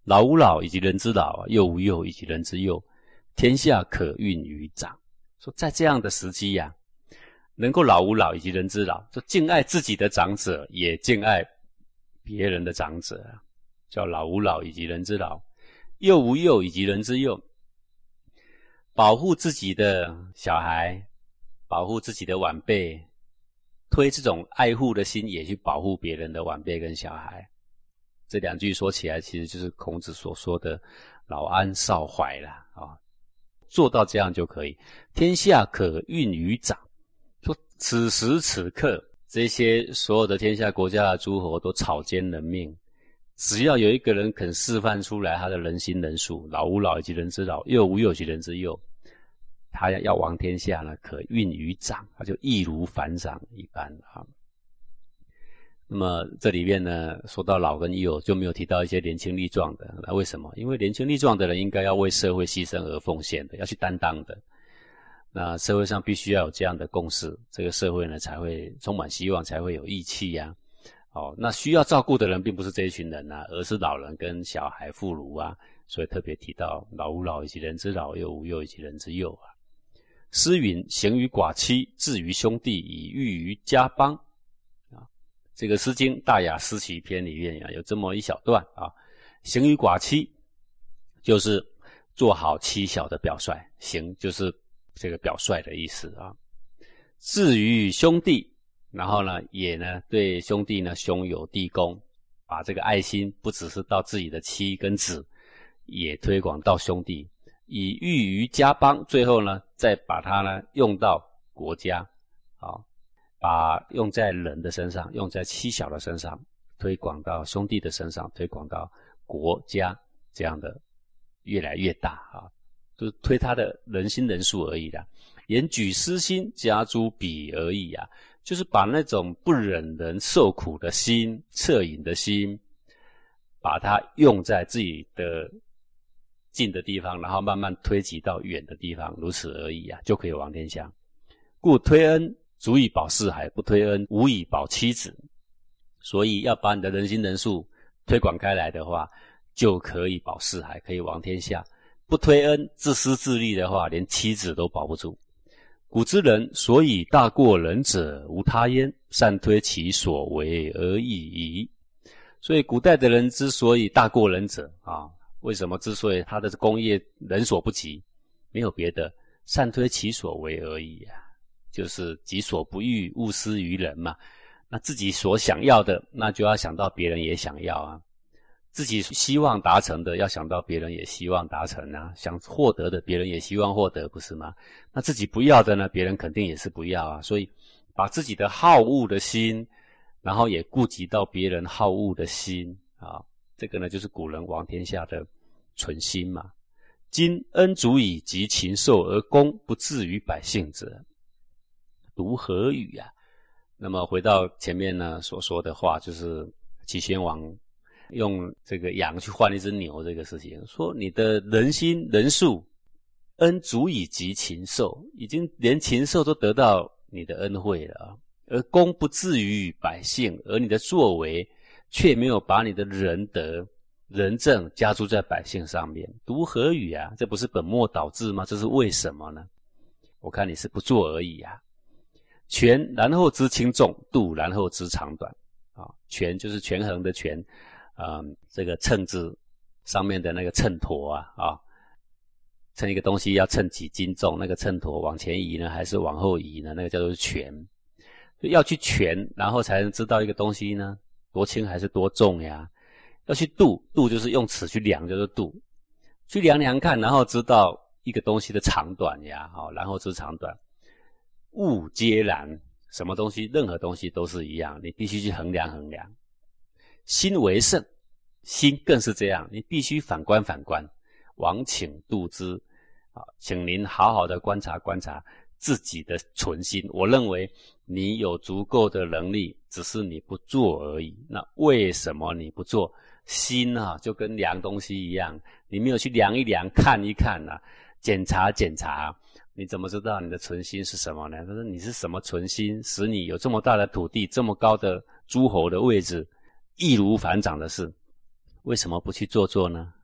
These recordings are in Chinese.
老吾老以及人之老，幼吾幼以及人之幼，天下可运于长。说在这样的时机呀，能够老吾老以及人之老，就敬爱自己的长者，也敬爱别人的长者，叫老吾老以及人之老，幼吾幼以及人之幼。保护自己的小孩，保护自己的晚辈，推这种爱护的心，也去保护别人的晚辈跟小孩。这两句说起来，其实就是孔子所说的老安少怀啦啊，做到这样就可以。天下可运于长，说此时此刻，这些所有的天下国家的诸侯都草菅人命，只要有一个人肯示范出来他的人心仁术，老吾老以及人之老，幼吾幼以及人之幼，他要王天下呢，可运于掌，他就易如反掌一般啊。那么这里面呢，说到老跟幼，就没有提到一些年轻力壮的。那为什么？因为年轻力壮的人应该要为社会牺牲而奉献的，要去担当的。那社会上必须要有这样的共识，这个社会呢才会充满希望，才会有义气呀。那需要照顾的人并不是这一群人啊，而是老人跟小孩、妇孺啊。所以特别提到老吾老以及人之老，幼吾幼以及人之幼啊。诗云：行于寡妻，志于兄弟，以育于家邦。这个《诗经·大雅·诗其篇》里面有这么一小段啊，行于寡妻，就是做好妻小的表率，行就是这个表率的意思啊。志于兄弟，然后呢，也呢对兄弟呢兄友弟恭，把这个爱心不只是到自己的妻跟子，也推广到兄弟，以育于家邦，最后呢再把它呢用到国家啊。把用在人的身上，用在妻小的身上，推广到兄弟的身上，推广到国家，这样的越来越大啊，就是推他的人心人数而已啦。言举私心，加诸彼而已啊，就是把那种不忍人受苦的心、恻隐的心，把它用在自己的近的地方，然后慢慢推及到远的地方，如此而已啊，就可以王天下。故推恩足以保四海，不推恩无以保妻子。所以要把你的人心仁术推广开来的话，就可以保四海，可以王天下。不推恩，自私自利的话，连妻子都保不住。古之人所以大过人者无他焉，善推其所为而已矣。所以古代的人之所以大过人者啊，为什么之所以他的功业人所不及，没有别的，善推其所为而已啊。就是己所不欲，勿施于人嘛。那自己所想要的，那就要想到别人也想要啊。自己希望达成的，要想到别人也希望达成啊。想获得的，别人也希望获得，不是吗？那自己不要的呢，别人肯定也是不要啊。所以把自己的好恶的心，然后也顾及到别人好恶的心啊。这个呢，就是古人王天下的存心嘛。今恩足以及禽兽而公不至于百姓者，独何与啊？那么回到前面呢所说的话，就是齐宣王用这个羊去换一只牛这个事情，说你的人心人术恩足以及禽兽，已经连禽兽都得到你的恩惠了啊，而公不至于百姓，而你的作为却没有把你的仁德仁政加诸在百姓上面，独何与啊？这不是本末倒置吗？这是为什么呢？我看你是不做而已啊。权然后知轻重，度然后知长短啊。权就是权衡的权，这个秤子上面的那个秤砣啊，称一个东西要称几斤重，那个秤砣往前移呢还是往后移呢，那个叫做权。要去权，然后才能知道一个东西呢多轻还是多重呀。要去度，度就是用尺去量，叫做度，去量量看，然后知道一个东西的长短呀，然后知长短。物皆然，什么东西任何东西都是一样，你必须去衡量衡量。心为圣，心更是这样，你必须反观反观。王请度之请您好好的观察观察自己的存心。我认为你有足够的能力，只是你不做而已。那为什么你不做？心就跟量东西一样，你没有去量一量看一看检查检查，你怎么知道你的存心是什么呢？他说你是什么存心使你有这么大的土地，这么高的诸侯的位置，易如反掌的事，为什么不去做做呢？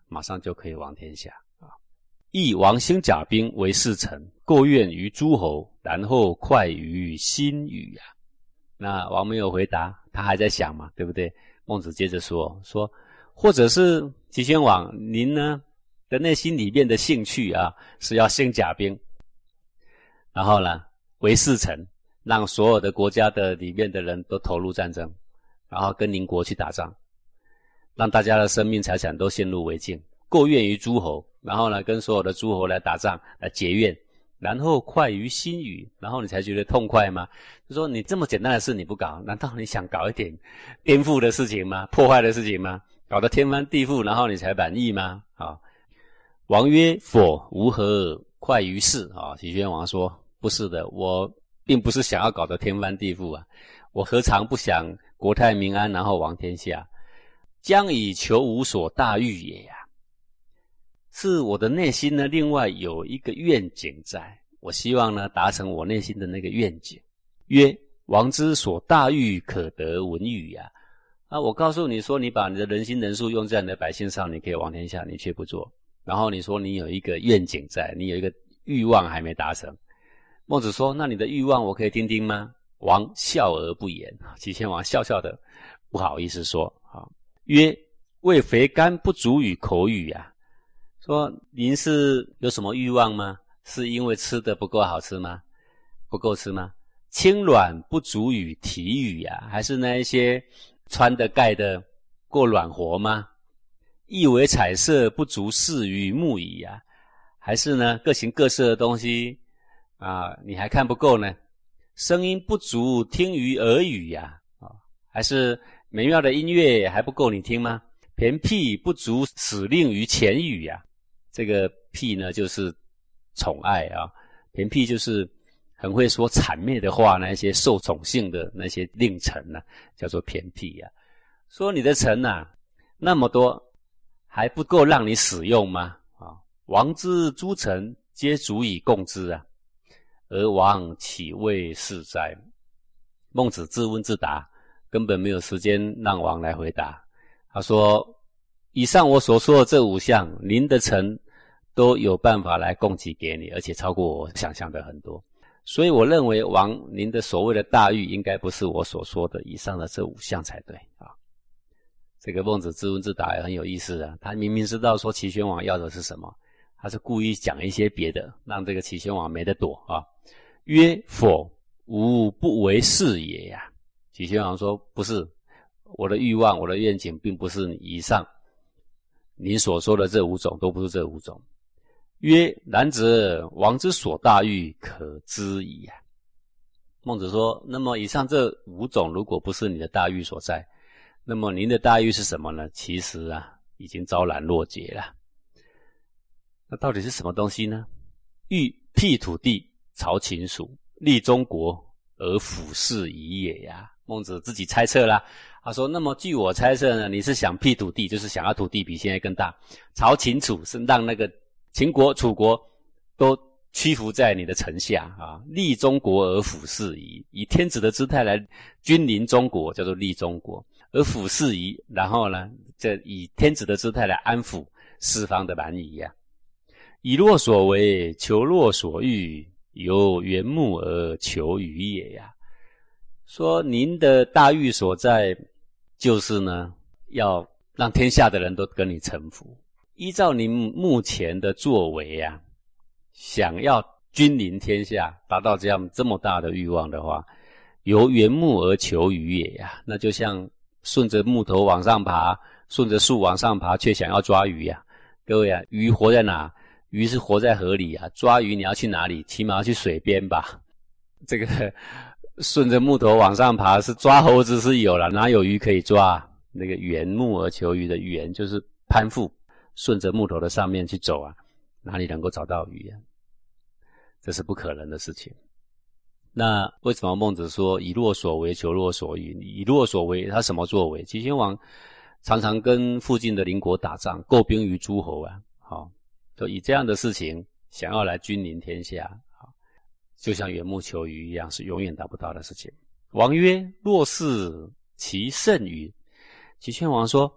马上就可以王天下啊。亦王兴甲兵为4臣，构怨于诸侯，然后快于心语啊。那王没有回答，他还在想嘛，对不对？孟子接着说，或者是齐宣王您呢的内心里面的兴趣啊，是要兴甲兵，然后呢为4臣，让所有的国家的里面的人都投入战争，然后跟邻国去打仗，让大家的生命财产都陷入危境，构怨于诸侯，然后呢跟所有的诸侯来打仗来结怨，然后快于心语，然后你才觉得痛快吗？就说你这么简单的事你不搞，难道你想搞一点颠覆的事情吗？破坏的事情吗？搞得天翻地覆，然后你才满意吗？王曰：否，吾何快于事啊？齐宣王说，不是的，我并不是想要搞得天翻地覆啊，我何尝不想国泰民安，然后王天下？将以求吾所大欲也呀。是我的内心呢，另外有一个愿景在，我希望呢达成我内心的那个愿景。曰：王之所大欲，可得闻语呀。我告诉你说，你把你的人心人数用在你的百姓上，你可以王天下，你却不做。然后你说你有一个愿景在，你有一个欲望还没达成。孟子说，那你的欲望我可以听听吗？王笑而不言。齐宣王笑笑的不好意思说。曰：为肥甘不足与口语啊。说您是有什么欲望吗？是因为吃的不够好吃吗？不够吃吗？轻软不足与体语啊，还是那一些穿的盖的够软和吗？意为彩色不足视于目矣啊，还是呢各形各色的东西啊，你还看不够呢？声音不足听于耳语呀，还是美妙的音乐还不够你听吗？骈辟不足使令于前语呀，这个辟呢就是宠爱啊，骈辟就是很会说谄媚的话，那些受宠幸的那些令臣呢，叫做骈辟啊。说你的臣啊那么多，还不够让你使用吗？王之诸臣皆足以供之啊，而王岂为是哉？孟子自问自答，根本没有时间让王来回答。他说，以上我所说的这5项，您的臣都有办法来供给给你，而且超过我想象的很多。所以我认为王您的所谓的大欲，应该不是我所说的以上的这5项才对啊。这个孟子自问自答也很有意思啊，他明明知道说齐宣王要的是什么，他是故意讲一些别的，让这个齐宣王没得躲啊。曰：否，吾不为是也呀。齐宣王说，不是，我的欲望，我的愿景并不是以上您所说的这5种，都不是这5种。曰：然则王之所大欲，可知矣啊。孟子说，那么以上这5种如果不是你的大欲所在，那么您的大欲是什么呢？其实已经昭然若揭了。那到底是什么东西呢？欲辟土地，曹秦蜀，立中国而俯视夷也呀。孟子自己猜测啦，他说，那么据我猜测呢，你是想辟土地，就是想要土地比现在更大，曹秦楚是让那个秦国楚国都屈服在你的城下啊，立中国而俯视夷，以天子的姿态来君临中国，叫做立中国，而俯视夷，然后呢这以天子的姿态来安抚四方的蛮夷啊。以若所为，求若所欲，由缘木而求鱼也呀。说您的大欲所在，就是呢要让天下的人都跟你臣服。依照您目前的作为啊，想要君临天下，达到这么大的欲望的话，由缘木而求鱼也呀。那就像顺着木头往上爬，顺着树往上爬，却想要抓鱼啊。各位啊，鱼活在哪？鱼是活在河里啊，抓鱼你要去哪里？起码要去水边吧。这个顺着木头往上爬，是抓猴子是有了，哪有鱼可以抓？那个缘木而求鱼的缘就是攀附，顺着木头的上面去走啊，哪里能够找到鱼啊？这是不可能的事情。那为什么孟子说以若所为，求若所欲？以若所为，他什么作为？齐宣王常常跟附近的邻国打仗，构兵于诸侯啊，就以这样的事情想要来君临天下，就像缘木求鱼一样，是永远达不到的事情。王曰：若是其甚与？齐宣王说，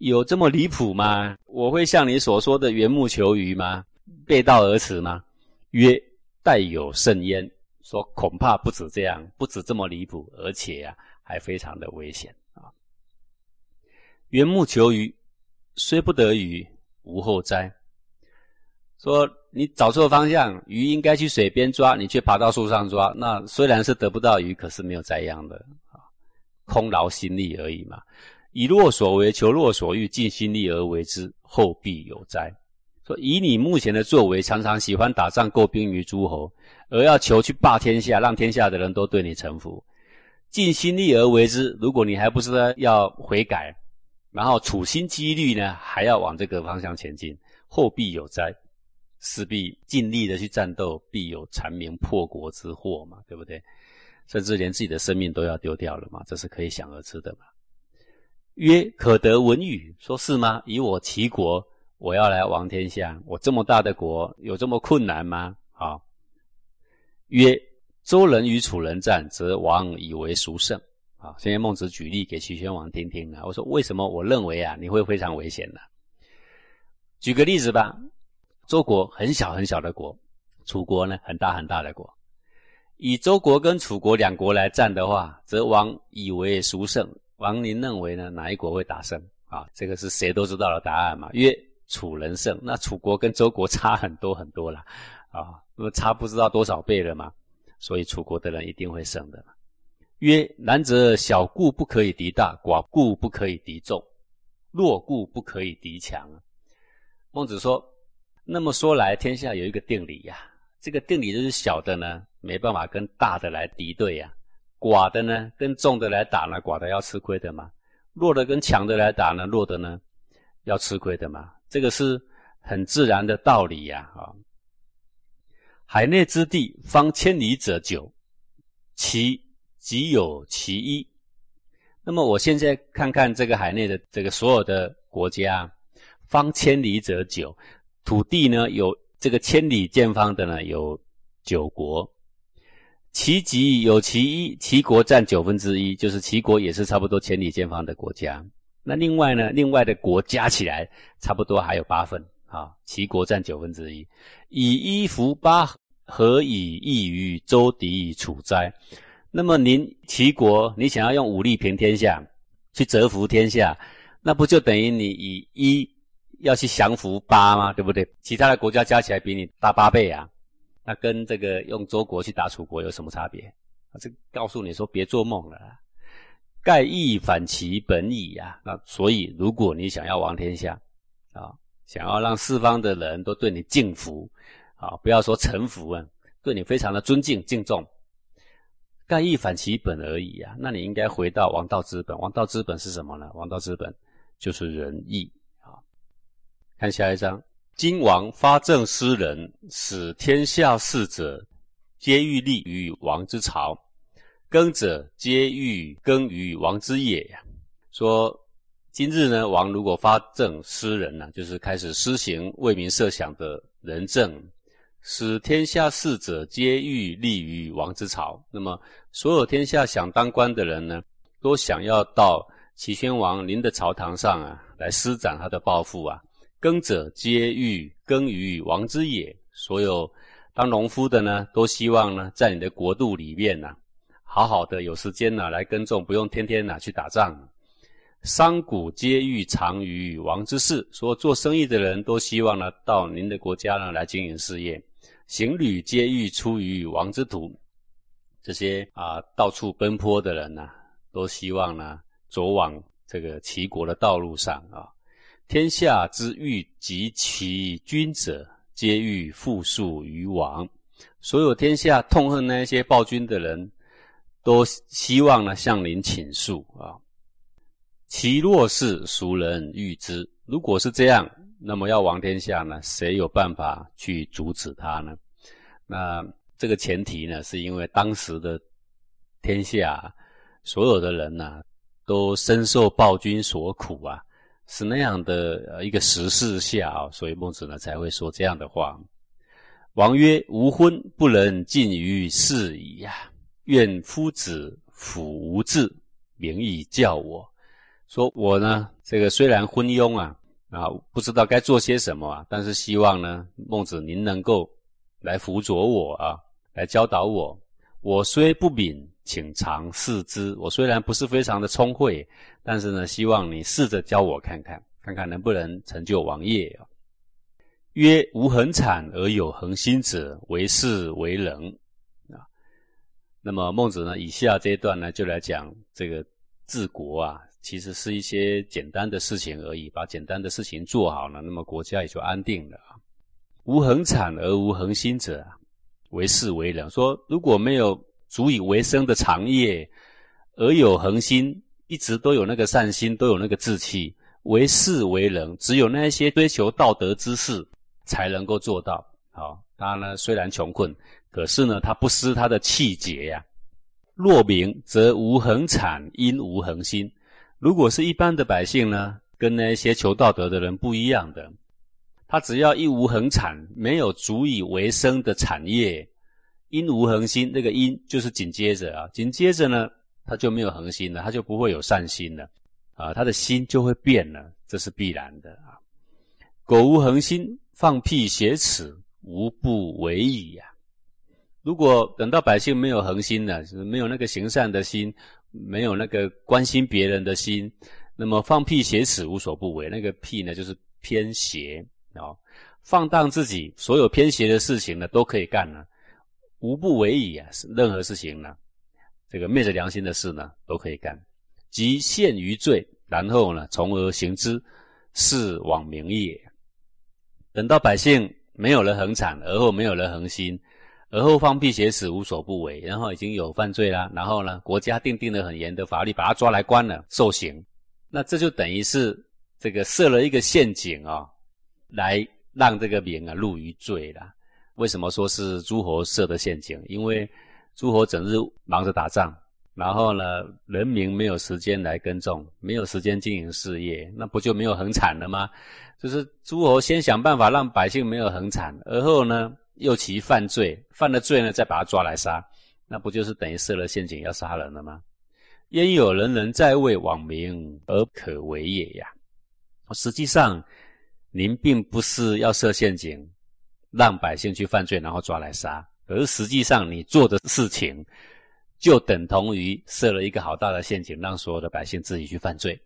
有这么离谱吗？我会像你所说的缘木求鱼吗？背道而驰吗？曰：待有甚焉。说恐怕不止这样，不止这么离谱，而且还非常的危险啊！缘木求鱼，虽不得鱼，无后哉。说你找错方向，鱼应该去水边抓，你却爬到树上抓，那虽然是得不到鱼，可是没有栽秧的啊，空劳心力而已嘛。以若所为，求若所欲，尽心力而为之，后必有灾。说以你目前的作为，常常喜欢打仗，购兵于诸侯，而要求去霸天下，让天下的人都对你臣服，尽心力而为之。如果你还不是要悔改，然后处心积虑呢，还要往这个方向前进，后必有灾，势必尽力的去战斗，必有残民破国之祸嘛，对不对？甚至连自己的生命都要丢掉了嘛，这是可以想而知的嘛。曰：可得闻与？说是吗？以我齐国，我要来王天下，我这么大的国，有这么困难吗？好。曰：周人与楚人战，则王以为孰胜？啊，现在孟子举例给齐宣王听听我说为什么我认为你会非常危险呢？举个例子吧，周国很小很小的国，楚国呢很大很大的国。以周国跟楚国两国来战的话，则王以为孰胜？王您认为呢？哪一国会打胜？啊，这个是谁都知道的答案嘛。曰：楚人胜。那楚国跟周国差很多很多啦，那么差不知道多少倍了嘛，所以楚国的人一定会胜的嘛。曰：然则小故不可以敌大，寡故不可以敌众，弱故不可以敌强。孟子说，那么说来，天下有一个定理这个定理就是小的呢没办法跟大的来敌对寡的呢跟重的来打呢，寡的要吃亏的嘛，弱的跟强的来打呢，弱的呢要吃亏的嘛，这个是很自然的道理海内之地，方千里者九，其即有其一。那么我现在看看这个海内的这个所有的国家，方千里者九，土地呢有这个千里见方的呢有9国，其即有其一，齐国占1/9，就是齐国也是差不多千里见方的国家。那另外呢，另外的国加起来差不多还有8份齐国占1/9，以1服8，何以异于周敌楚哉？那么您齐国，你想要用武力平天下，去折服天下，那不就等于你以1要去降服8吗？对不对？其他的国家加起来比你大8倍那跟这个用周国去打楚国有什么差别？这告诉你说别做梦了盖亦反其本矣那所以如果你想要王天下想要让四方的人都对你敬服不要说臣服对你非常的尊敬敬重，盖亦反其本而已那你应该回到王道之本。王道之本是什么呢？王道之本就是仁义看下一章。今王发政施仁，使天下士者皆欲立于王之朝，耕者皆欲耕于王之野说今日呢，王如果发政施仁就是开始施行为民设想的仁政，使天下士者皆欲立于王之朝，那么所有天下想当官的人呢，都想要到齐宣王您的朝堂上来施展他的抱负耕者皆欲耕于王之野，所有当农夫的呢，都希望呢，在你的国度里面好好的有时间来耕种，不用天天去打仗。商贾皆欲长于王之事，说做生意的人都希望到您的国家来经营事业。行旅皆欲出于王之途，这些到处奔波的人都希望走往这个齐国的道路上天下之欲及其君者，皆欲复述于王。所有天下痛恨那些暴君的人，都希望向您倾诉其若是孰人欲之？如果是这样，那么要王天下谁有办法去阻止他呢？那这个前提是因为当时的天下所有的人都深受暴君所苦是那样的一个时势下所以孟子才会说这样的话。王曰：吾昏不能尽于事矣愿夫子辅吾志，明以教我。说我这个虽然昏庸不知道该做些什么但是希望呢，孟子您能够来辅佐我来教导我。我虽不敏，请尝试之。我虽然不是非常的聪慧，但是呢，希望你试着教我看看能不能成就王业曰：无恒产而有恒心者，为士为仁那么孟子呢，以下这一段呢，就来讲这个治国其实是一些简单的事情而已，把简单的事情做好了，那么国家也就安定了无恒产而无恒心者，为士为仁。说如果没有足以为生的长业，而有恒心，一直都有那个善心，都有那个志气，为士为仁，只有那些追求道德之士才能够做到他呢虽然穷困，可是呢他不失他的气节若民则无恒产，因无恒心。如果是一般的百姓呢，跟那些求道德的人不一样的，他只要一无恒产，没有足以为生的产业，因无恒心，那个因就是紧接着紧接着呢他就没有恒心了，他就不会有善心了他的心就会变了，这是必然的苟无恒心，放屁挟持，无不为矣如果等到百姓没有恒心了，就是没有那个行善的心，没有那个关心别人的心，那么放屁挟持，无所不为。那个屁呢就是偏邪放荡自己，所有偏邪的事情呢都可以干了，无不为矣任何事情呢，这个昧着良心的事呢都可以干。即陷于罪，然后呢从而行之，是罔明也。等到百姓没有了恒产，而后没有了恒心，而后放屁挟持，无所不为，然后已经有犯罪啦，然后呢国家定了很严的法律，把他抓来关了，受刑。那这就等于是这个设了一个陷阱来让这个民入于罪啦。为什么说是诸侯设的陷阱？因为诸侯整日忙着打仗，然后呢人民没有时间来耕种，没有时间经营事业，那不就没有恒产了吗？就是诸侯先想办法让百姓没有恒产，而后呢又其犯罪，犯了罪呢再把他抓来杀，那不就是等于设了陷阱要杀人了吗？焉有人在位罔明而可为也实际上您并不是要设陷阱让百姓去犯罪然后抓来杀，可是实际上你做的事情就等同于设了一个好大的陷阱，让所有的百姓自己去犯罪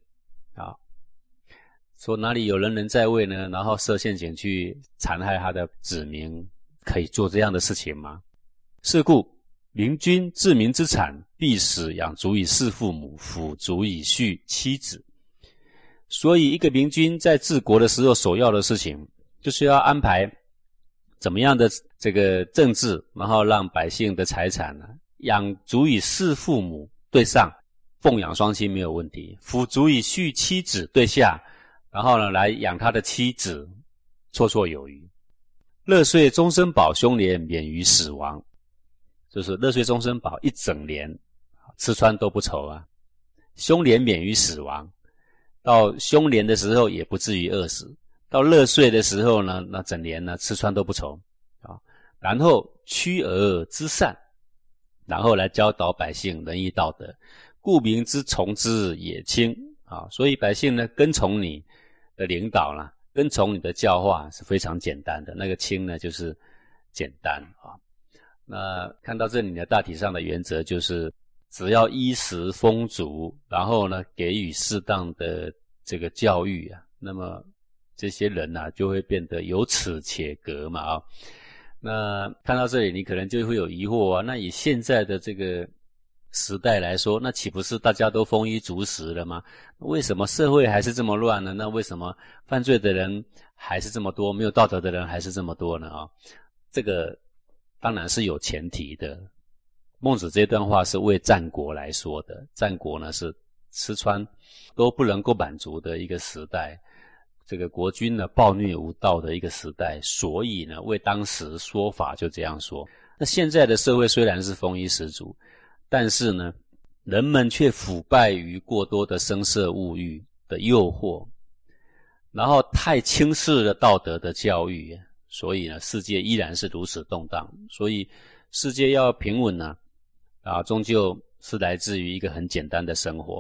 说哪里有人在位呢，然后设陷阱去残害他的子民，可以做这样的事情吗？是故明君治民之产，必使养足以事父母，辅足以恤妻子。所以一个明君在治国的时候，首要的事情就是要安排怎么样的这个政治，然后让百姓的财产养足以事父母，对上奉养双亲没有问题，辅足以恤妻子，对下然后呢来养他的妻子，绰绰有余。乐岁终身保，凶年免于死亡。就是乐岁终身保，一整年吃穿都不愁凶年免于死亡，到凶年的时候也不至于饿死，到乐岁的时候呢，那整年呢吃穿都不愁然后趋而知善，然后来教导百姓仁义道德，故民之从之也轻所以百姓呢跟从你的领导啦，跟从你的教化是非常简单的，那个轻呢就是简单那看到这里呢，大体上的原则就是只要衣食丰足，然后呢给予适当的这个教育那么这些人就会变得有耻且格嘛那看到这里你可能就会有疑惑那以现在的这个时代来说，那岂不是大家都丰衣足食了吗？为什么社会还是这么乱呢？那为什么犯罪的人还是这么多，没有道德的人还是这么多呢这个当然是有前提的。孟子这段话是为战国来说的，战国呢是吃穿都不能够满足的一个时代，这个国君呢暴虐无道的一个时代，所以呢为当时说法就这样说。那现在的社会虽然是丰衣食足，但是呢人们却腐败于过多的声色物欲的诱惑，然后太轻视了道德的教育，所以呢世界依然是如此动荡。所以世界要平稳呢终究是来自于一个很简单的生活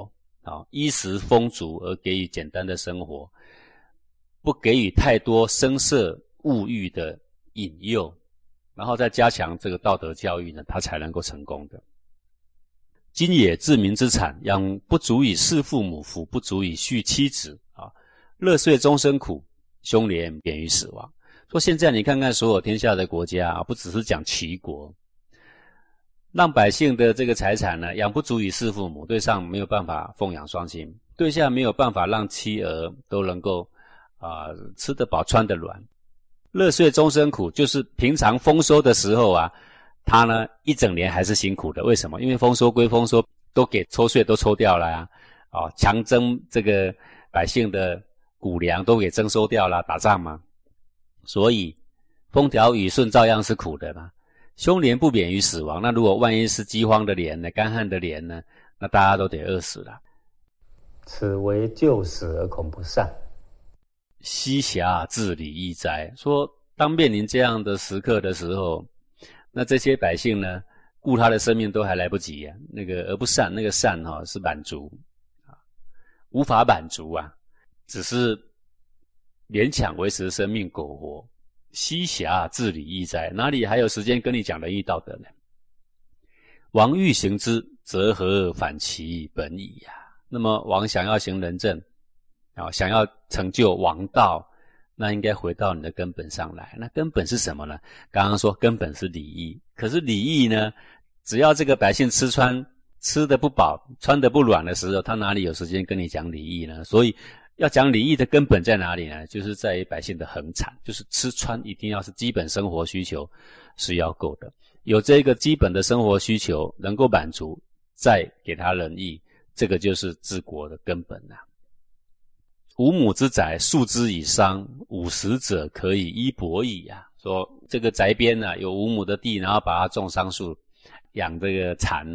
衣食丰足而给予简单的生活，不给予太多声色物欲的引诱，然后再加强这个道德教育呢，他才能够成功的。今也治民之产，养不足以侍父母，抚不足以续妻子乐遂终生苦，凶廉免于死亡。说现在你看看所有天下的国家不只是讲齐国，让百姓的这个财产呢，养不足以侍父母，对上没有办法奉养双亲，对下没有办法让妻儿都能够吃得饱穿得暖。乐遂终生苦，就是平常丰收的时候他呢一整年还是辛苦的。为什么？因为丰收归丰收，都给抽税都抽掉了强征这个百姓的谷粮都给征收掉了，打仗嘛，所以风调雨顺照样是苦的嘛。凶廉不免于死亡，那如果万一是饥荒的年呢，干旱的年呢，那大家都得饿死了。 此为救死而恐不善， 西侠治理义哉。说当面临这样的时刻的时候，那这些百姓呢，顾他的生命都还来不及那个而不善，那个善是满足无法满足只是勉强维持生命苟活。西侠治理义哉，哪里还有时间跟你讲仁义道德呢？王欲行之，则何反其本矣那么王想要行仁政想要成就王道，那应该回到你的根本上来。那根本是什么呢？刚刚说根本是礼义，可是礼义呢，只要这个百姓吃得不饱，穿得不暖的时候，他哪里有时间跟你讲礼义呢？所以要讲礼义的根本在哪里呢？就是在于百姓的恒产，就是吃穿一定要是基本生活需求是要够的，有这个基本的生活需求能够满足，再给他仁义，这个就是治国的根本五亩之宅，数之以桑，50者可以衣帛矣说这个宅边有5亩的地，然后把它种桑树，养这个蚕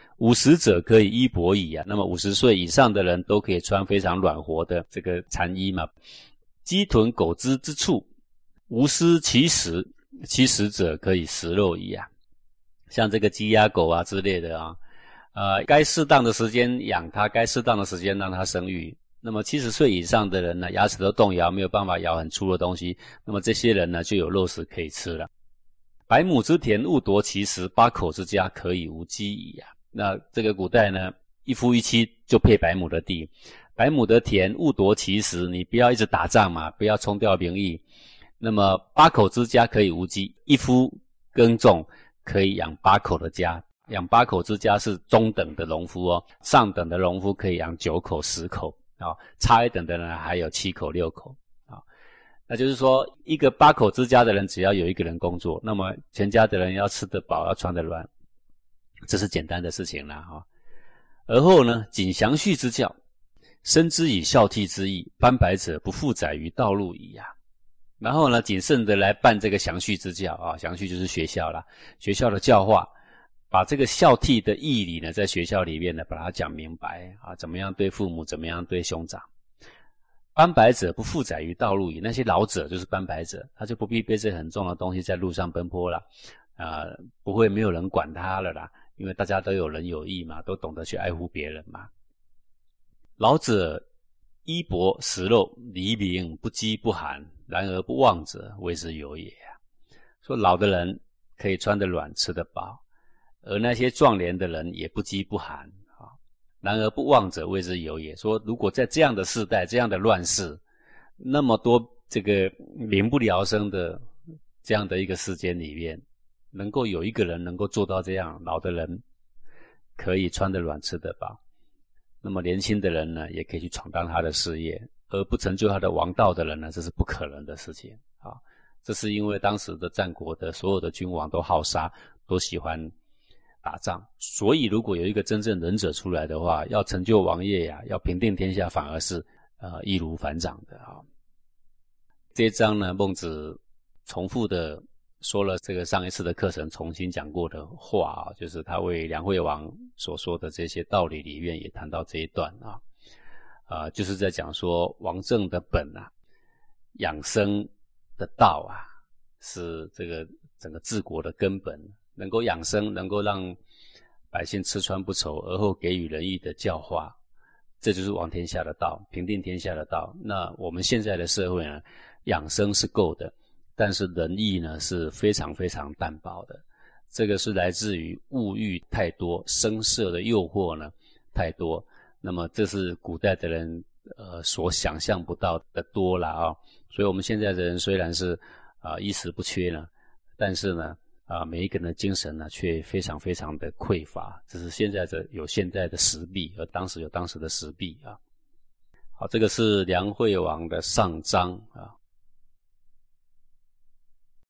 50者可以衣帛矣那么50岁以上的人都可以穿非常暖和的这个蚕衣嘛。鸡豚狗只之处，无失其食，其食者可以食肉矣像这个鸡鸭狗之类的该适当的时间养它，该适当的时间让它生育。那么70岁以上的人呢，牙齿都动摇，没有办法咬很粗的东西，那么这些人呢就有肉食可以吃了。100亩之田，勿夺其食，8口之家可以无饥矣那这个古代呢，一夫一妻就配100亩的地，100亩的田，勿夺其食，你不要一直打仗嘛，不要冲掉民意。那么8口之家可以无饥，一夫耕种可以养8口的家，养8口之家是中等的农夫上等的农夫可以养9口10口差一等的人还有7口6口那就是说一个8口之家的人只要有一个人工作，那么全家的人要吃得饱，要穿得暖，这是简单的事情啦而后呢，谨详序之教，深知以孝悌之意，斑白者不负载于道路矣然后呢，谨慎的来办这个详序之教详序就是学校啦，学校的教化，把这个孝悌的义理呢，在学校里面呢，把它讲明白怎么样对父母，怎么样对兄长。斑白者不负载于道路矣，那些老者就是斑白者，他就不必背着很重的东西在路上奔波了不会没有人管他了啦，因为大家都有仁有义嘛，都懂得去爱护别人嘛。老者衣帛食肉，黎民不饥不寒，然而不忘者，谓之有也说老的人可以穿得暖，吃得饱，而那些壮年的人也不饥不寒然而不忘者，谓之有也。说如果在这样的世代，这样的乱世，那么多这个民不聊生的这样的一个世间里面，能够有一个人能够做到这样，老的人可以穿得暖吃得饱，那么年轻的人呢，也可以去闯荡他的事业，而不成就他的王道的人呢，这是不可能的事情这是因为当时的战国的所有的君王都好杀，都喜欢打仗，所以如果有一个真正仁者出来的话，要成就王业要平定天下，反而是易如反掌的这一章呢，孟子重复的说了这个上一次的课程重新讲过的话就是他为梁惠王所说的这些道理里面也谈到这一段就是在讲说王政的本养生的道是这个整个治国的根本，能够养生，能够让百姓吃穿不愁，而后给予仁义的教化， 这就是王天下的道，平定天下的道。那我们现在的社会呢，养生是够的，但是仁义呢是非常非常淡薄的。这个是来自于物欲太多，声色的诱惑呢太多。那么这是古代的人所想象不到的多了啊。所以我们现在的人虽然是衣食不缺呢，但是呢每一个人的精神呢却非常非常的匮乏。只是现在有现在的时弊，而当时有当时的时弊啊。好，这个是梁惠王的上章啊。